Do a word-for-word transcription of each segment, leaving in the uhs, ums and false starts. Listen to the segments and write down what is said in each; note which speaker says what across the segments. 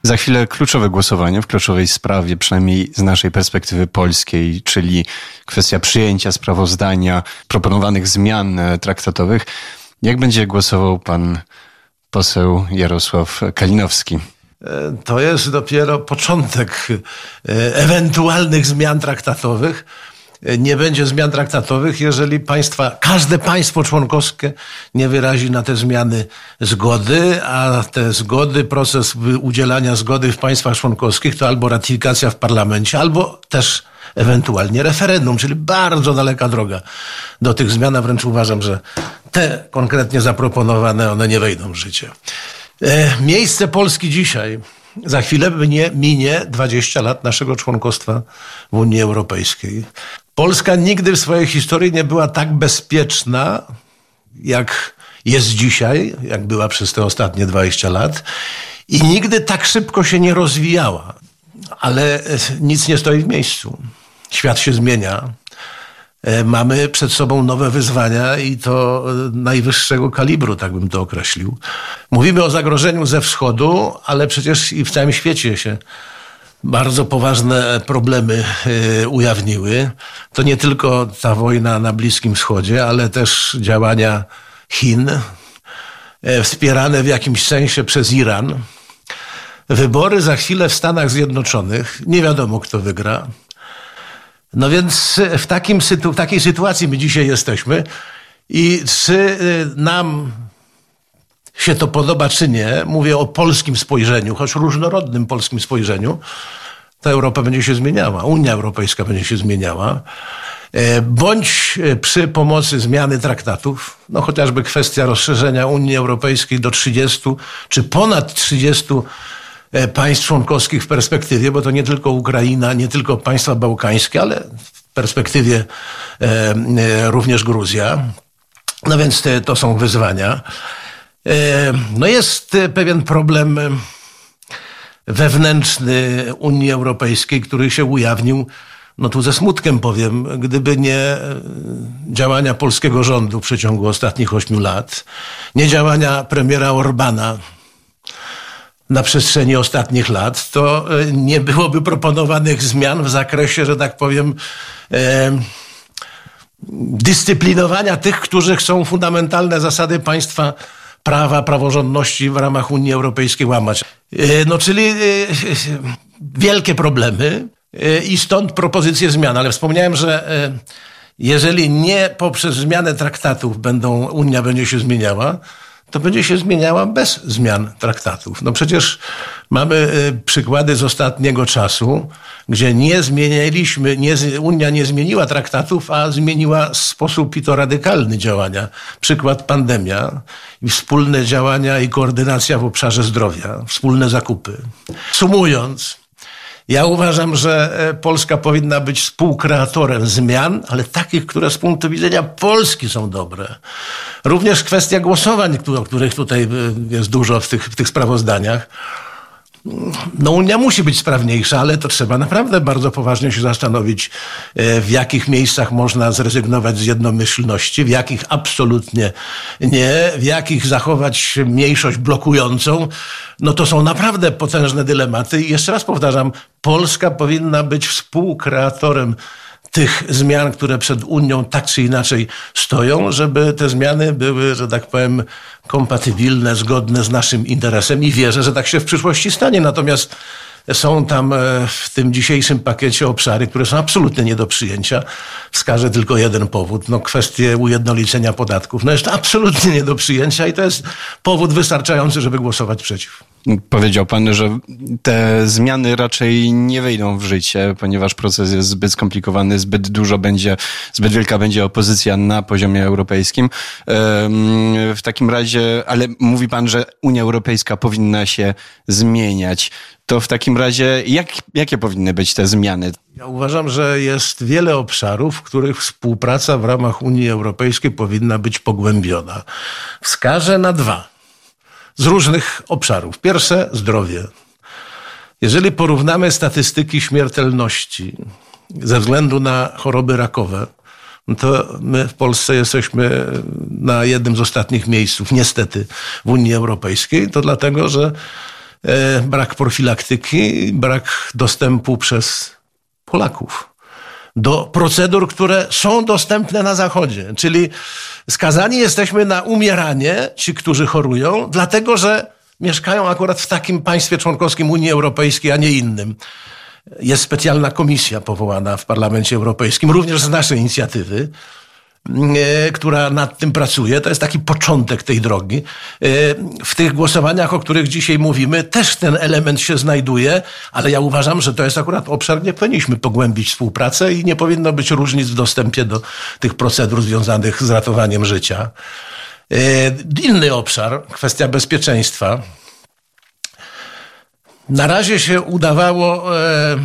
Speaker 1: Za chwilę kluczowe głosowanie w kluczowej sprawie, przynajmniej z naszej perspektywy polskiej, czyli kwestia przyjęcia sprawozdania proponowanych zmian traktatowych. Jak będzie głosował pan poseł Jarosław Kalinowski?
Speaker 2: To jest dopiero początek ewentualnych zmian traktatowych. Nie będzie zmian traktatowych, jeżeli państwa, każde państwo członkowskie nie wyrazi na te zmiany zgody, a te zgody, proces udzielania zgody w państwach członkowskich to albo ratyfikacja w parlamencie, albo też ewentualnie referendum, czyli bardzo daleka droga do tych zmian, a wręcz uważam, że te konkretnie zaproponowane, one nie wejdą w życie. E, miejsce Polski dzisiaj, za chwilę minie, minie dwadzieścia lat naszego członkostwa w Unii Europejskiej. Polska nigdy w swojej historii nie była tak bezpieczna, jak jest dzisiaj, jak była przez te ostatnie dwadzieścia lat i nigdy tak szybko się nie rozwijała. Ale nic nie stoi w miejscu. Świat się zmienia. Mamy przed sobą nowe wyzwania i to najwyższego kalibru, tak bym to określił. Mówimy o zagrożeniu ze wschodu, ale przecież i w całym świecie się bardzo poważne problemy ujawniły. To nie tylko ta wojna na Bliskim Wschodzie, ale też działania Chin, wspierane w jakimś sensie przez Iran. Wybory za chwilę w Stanach Zjednoczonych. Nie wiadomo, kto wygra. No więc w, takim, w takiej sytuacji my dzisiaj jesteśmy i czy nam się to podoba, czy nie, mówię o polskim spojrzeniu, choć różnorodnym polskim spojrzeniu, to Europa będzie się zmieniała, Unia Europejska będzie się zmieniała, bądź przy pomocy zmiany traktatów, no chociażby kwestia rozszerzenia Unii Europejskiej do trzydziestu czy ponad trzydziestu państw członkowskich w perspektywie, bo to nie tylko Ukraina, nie tylko państwa bałkańskie, ale w perspektywie e, e, również Gruzja. No więc te, to są wyzwania. E, no jest pewien problem wewnętrzny Unii Europejskiej, który się ujawnił, no tu ze smutkiem powiem, gdyby nie działania polskiego rządu w przeciągu ostatnich ośmiu lat, nie działania premiera Orbana na przestrzeni ostatnich lat, to nie byłoby proponowanych zmian w zakresie, że tak powiem, e, dyscyplinowania tych, którzy chcą fundamentalne zasady państwa prawa, praworządności w ramach Unii Europejskiej łamać. E, no czyli e, wielkie problemy e, i stąd propozycje zmian. Ale wspomniałem, że e, jeżeli nie poprzez zmianę traktatów będą, Unia będzie się zmieniała, to będzie się zmieniała bez zmian traktatów. No przecież mamy y, przykłady z ostatniego czasu, gdzie nie zmieniliśmy, nie, Unia nie zmieniła traktatów, a zmieniła sposób i to radykalny działania. Przykład pandemia i wspólne działania i koordynacja w obszarze zdrowia, wspólne zakupy. Sumując, ja uważam, że Polska powinna być współkreatorem zmian, ale takich, które z punktu widzenia Polski są dobre. Również kwestia głosowań, o których tutaj jest dużo w tych, w tych sprawozdaniach. No Unia musi być sprawniejsza, ale to trzeba naprawdę bardzo poważnie się zastanowić, w jakich miejscach można zrezygnować z jednomyślności, w jakich absolutnie nie, w jakich zachować mniejszość blokującą. No to są naprawdę potężne dylematy i jeszcze raz powtarzam, Polska powinna być współkreatorem tych zmian, które przed Unią tak czy inaczej stoją, żeby te zmiany były, że tak powiem, kompatybilne, zgodne z naszym interesem i wierzę, że tak się w przyszłości stanie. Natomiast są tam w tym dzisiejszym pakiecie obszary, które są absolutnie nie do przyjęcia. Wskażę tylko jeden powód. No, kwestię ujednolicenia podatków. No jest to absolutnie nie do przyjęcia i to jest powód wystarczający, żeby głosować przeciw.
Speaker 1: Powiedział pan, że te zmiany raczej nie wejdą w życie, ponieważ proces jest zbyt skomplikowany, zbyt dużo będzie, zbyt wielka będzie opozycja na poziomie europejskim. W takim razie, ale mówi pan, że Unia Europejska powinna się zmieniać. To w takim razie jak, jakie powinny być te zmiany?
Speaker 2: Ja uważam, że jest wiele obszarów, w których współpraca w ramach Unii Europejskiej powinna być pogłębiona. Wskażę na dwa. Z różnych obszarów. Pierwsze, zdrowie. Jeżeli porównamy statystyki śmiertelności ze względu na choroby rakowe, to my w Polsce jesteśmy na jednym z ostatnich miejsców, niestety, w Unii Europejskiej. To dlatego, że brak profilaktyki, brak dostępu przez Polaków do procedur, które są dostępne na Zachodzie. Czyli skazani jesteśmy na umieranie, ci, którzy chorują, dlatego że mieszkają akurat w takim państwie członkowskim Unii Europejskiej, a nie innym. Jest specjalna komisja powołana w Parlamencie Europejskim, również z naszej inicjatywy, która nad tym pracuje. To jest taki początek tej drogi. W tych głosowaniach, o których dzisiaj mówimy, też ten element się znajduje, ale ja uważam, że to jest akurat obszar, gdzie powinniśmy pogłębić współpracę i nie powinno być różnic w dostępie do tych procedur związanych z ratowaniem życia. Inny obszar, kwestia bezpieczeństwa. Na razie się udawało e,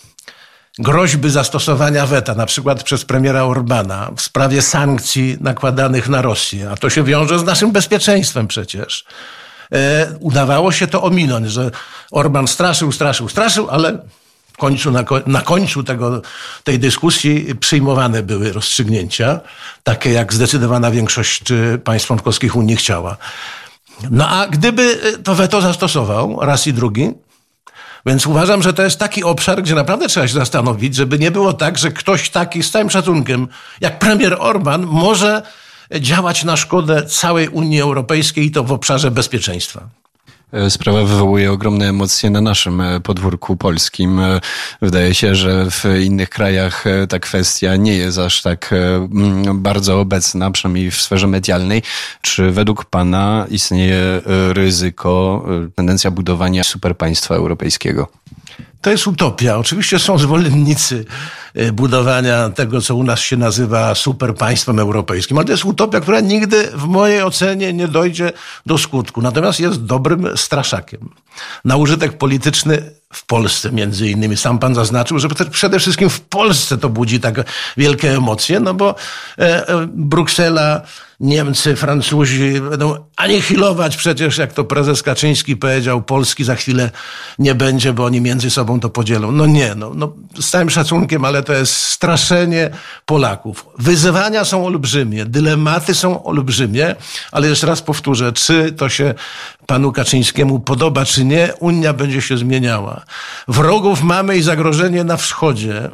Speaker 2: groźby zastosowania weta, na przykład przez premiera Orbana w sprawie sankcji nakładanych na Rosję, a to się wiąże z naszym bezpieczeństwem przecież. E, udawało się to ominąć, że Orban straszył, straszył, straszył, ale w końcu, na, na końcu tego, tej dyskusji przyjmowane były rozstrzygnięcia, takie jak zdecydowana większość państw członkowskich Unii chciała. No a gdyby to weto zastosował raz i drugi, więc uważam, że to jest taki obszar, gdzie naprawdę trzeba się zastanowić, żeby nie było tak, że ktoś taki z całym szacunkiem, jak premier Orban, może działać na szkodę całej Unii Europejskiej i to w obszarze bezpieczeństwa.
Speaker 1: Sprawa wywołuje ogromne emocje na naszym podwórku polskim. Wydaje się, że w innych krajach ta kwestia nie jest aż tak bardzo obecna, przynajmniej w sferze medialnej. Czy według pana istnieje ryzyko, tendencja budowania superpaństwa europejskiego?
Speaker 2: To jest utopia. Oczywiście są zwolennicy budowania tego, co u nas się nazywa superpaństwem europejskim, ale to jest utopia, która nigdy w mojej ocenie nie dojdzie do skutku. Natomiast jest dobrym straszakiem. Na użytek polityczny w Polsce między innymi. Sam pan zaznaczył, że przede wszystkim w Polsce to budzi tak wielkie emocje, no bo e, e, Bruksela, Niemcy, Francuzi będą anihilować przecież, jak to prezes Kaczyński powiedział, Polski za chwilę nie będzie, bo oni między sobą to podzielą. No nie, no, no z całym szacunkiem, ale to jest straszenie Polaków. Wyzwania są olbrzymie, dylematy są olbrzymie, ale jeszcze raz powtórzę, czy to się panu Kaczyńskiemu podoba, czy nie, Unia będzie się zmieniała. Wrogów mamy i zagrożenie na wschodzie.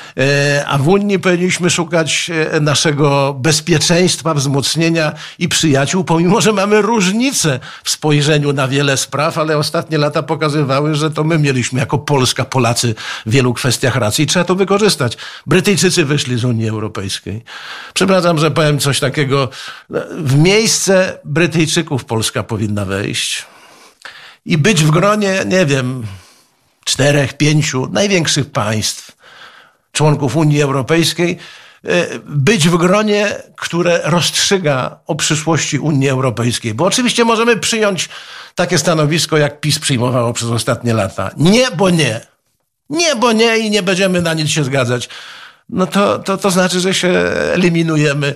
Speaker 2: A w Unii powinniśmy szukać naszego bezpieczeństwa, wzmocnienia i przyjaciół, pomimo że mamy różnice w spojrzeniu na wiele spraw, ale ostatnie lata pokazywały, że to my mieliśmy jako Polska, Polacy w wielu kwestiach racji i trzeba to wykorzystać. Brytyjczycy wyszli z Unii Europejskiej. Przepraszam, że powiem coś takiego. W miejsce Brytyjczyków Polska powinna wejść i być w gronie, nie wiem, czterech, pięciu największych państw, członków Unii Europejskiej, być w gronie, które rozstrzyga o przyszłości Unii Europejskiej. Bo oczywiście możemy przyjąć takie stanowisko, jak PiS przyjmowało przez ostatnie lata. Nie, bo nie. Nie, bo nie i nie będziemy na nic się zgadzać. No to, to, to znaczy, że się eliminujemy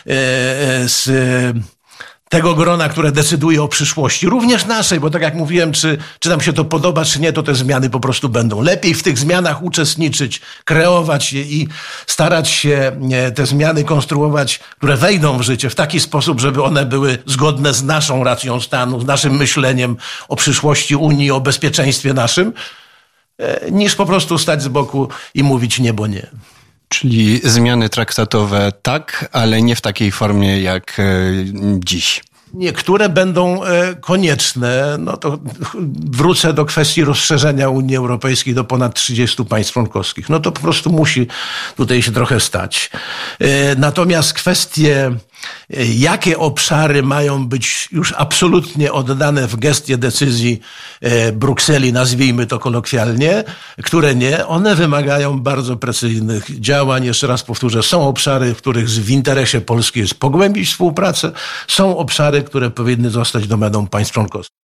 Speaker 2: z tego grona, które decyduje o przyszłości, również naszej, bo tak jak mówiłem, czy, czy nam się to podoba, czy nie, to te zmiany po prostu będą. Lepiej w tych zmianach uczestniczyć, kreować je i starać się te zmiany konstruować, które wejdą w życie w taki sposób, żeby one były zgodne z naszą racją stanu, z naszym myśleniem o przyszłości Unii, o bezpieczeństwie naszym, niż po prostu stać z boku i mówić nie, bo nie.
Speaker 1: Czyli zmiany traktatowe tak, ale nie w takiej formie jak dziś.
Speaker 2: Niektóre będą konieczne. No to wrócę do kwestii rozszerzenia Unii Europejskiej do ponad trzydziestu państw członkowskich. No to po prostu musi tutaj się trochę stać. Natomiast kwestie, jakie obszary mają być już absolutnie oddane w gestię decyzji Brukseli, nazwijmy to kolokwialnie, które nie, one wymagają bardzo precyzyjnych działań. Jeszcze raz powtórzę, są obszary, w których w interesie Polski jest pogłębić współpracę, są obszary, które powinny zostać domeną państw członkowskich.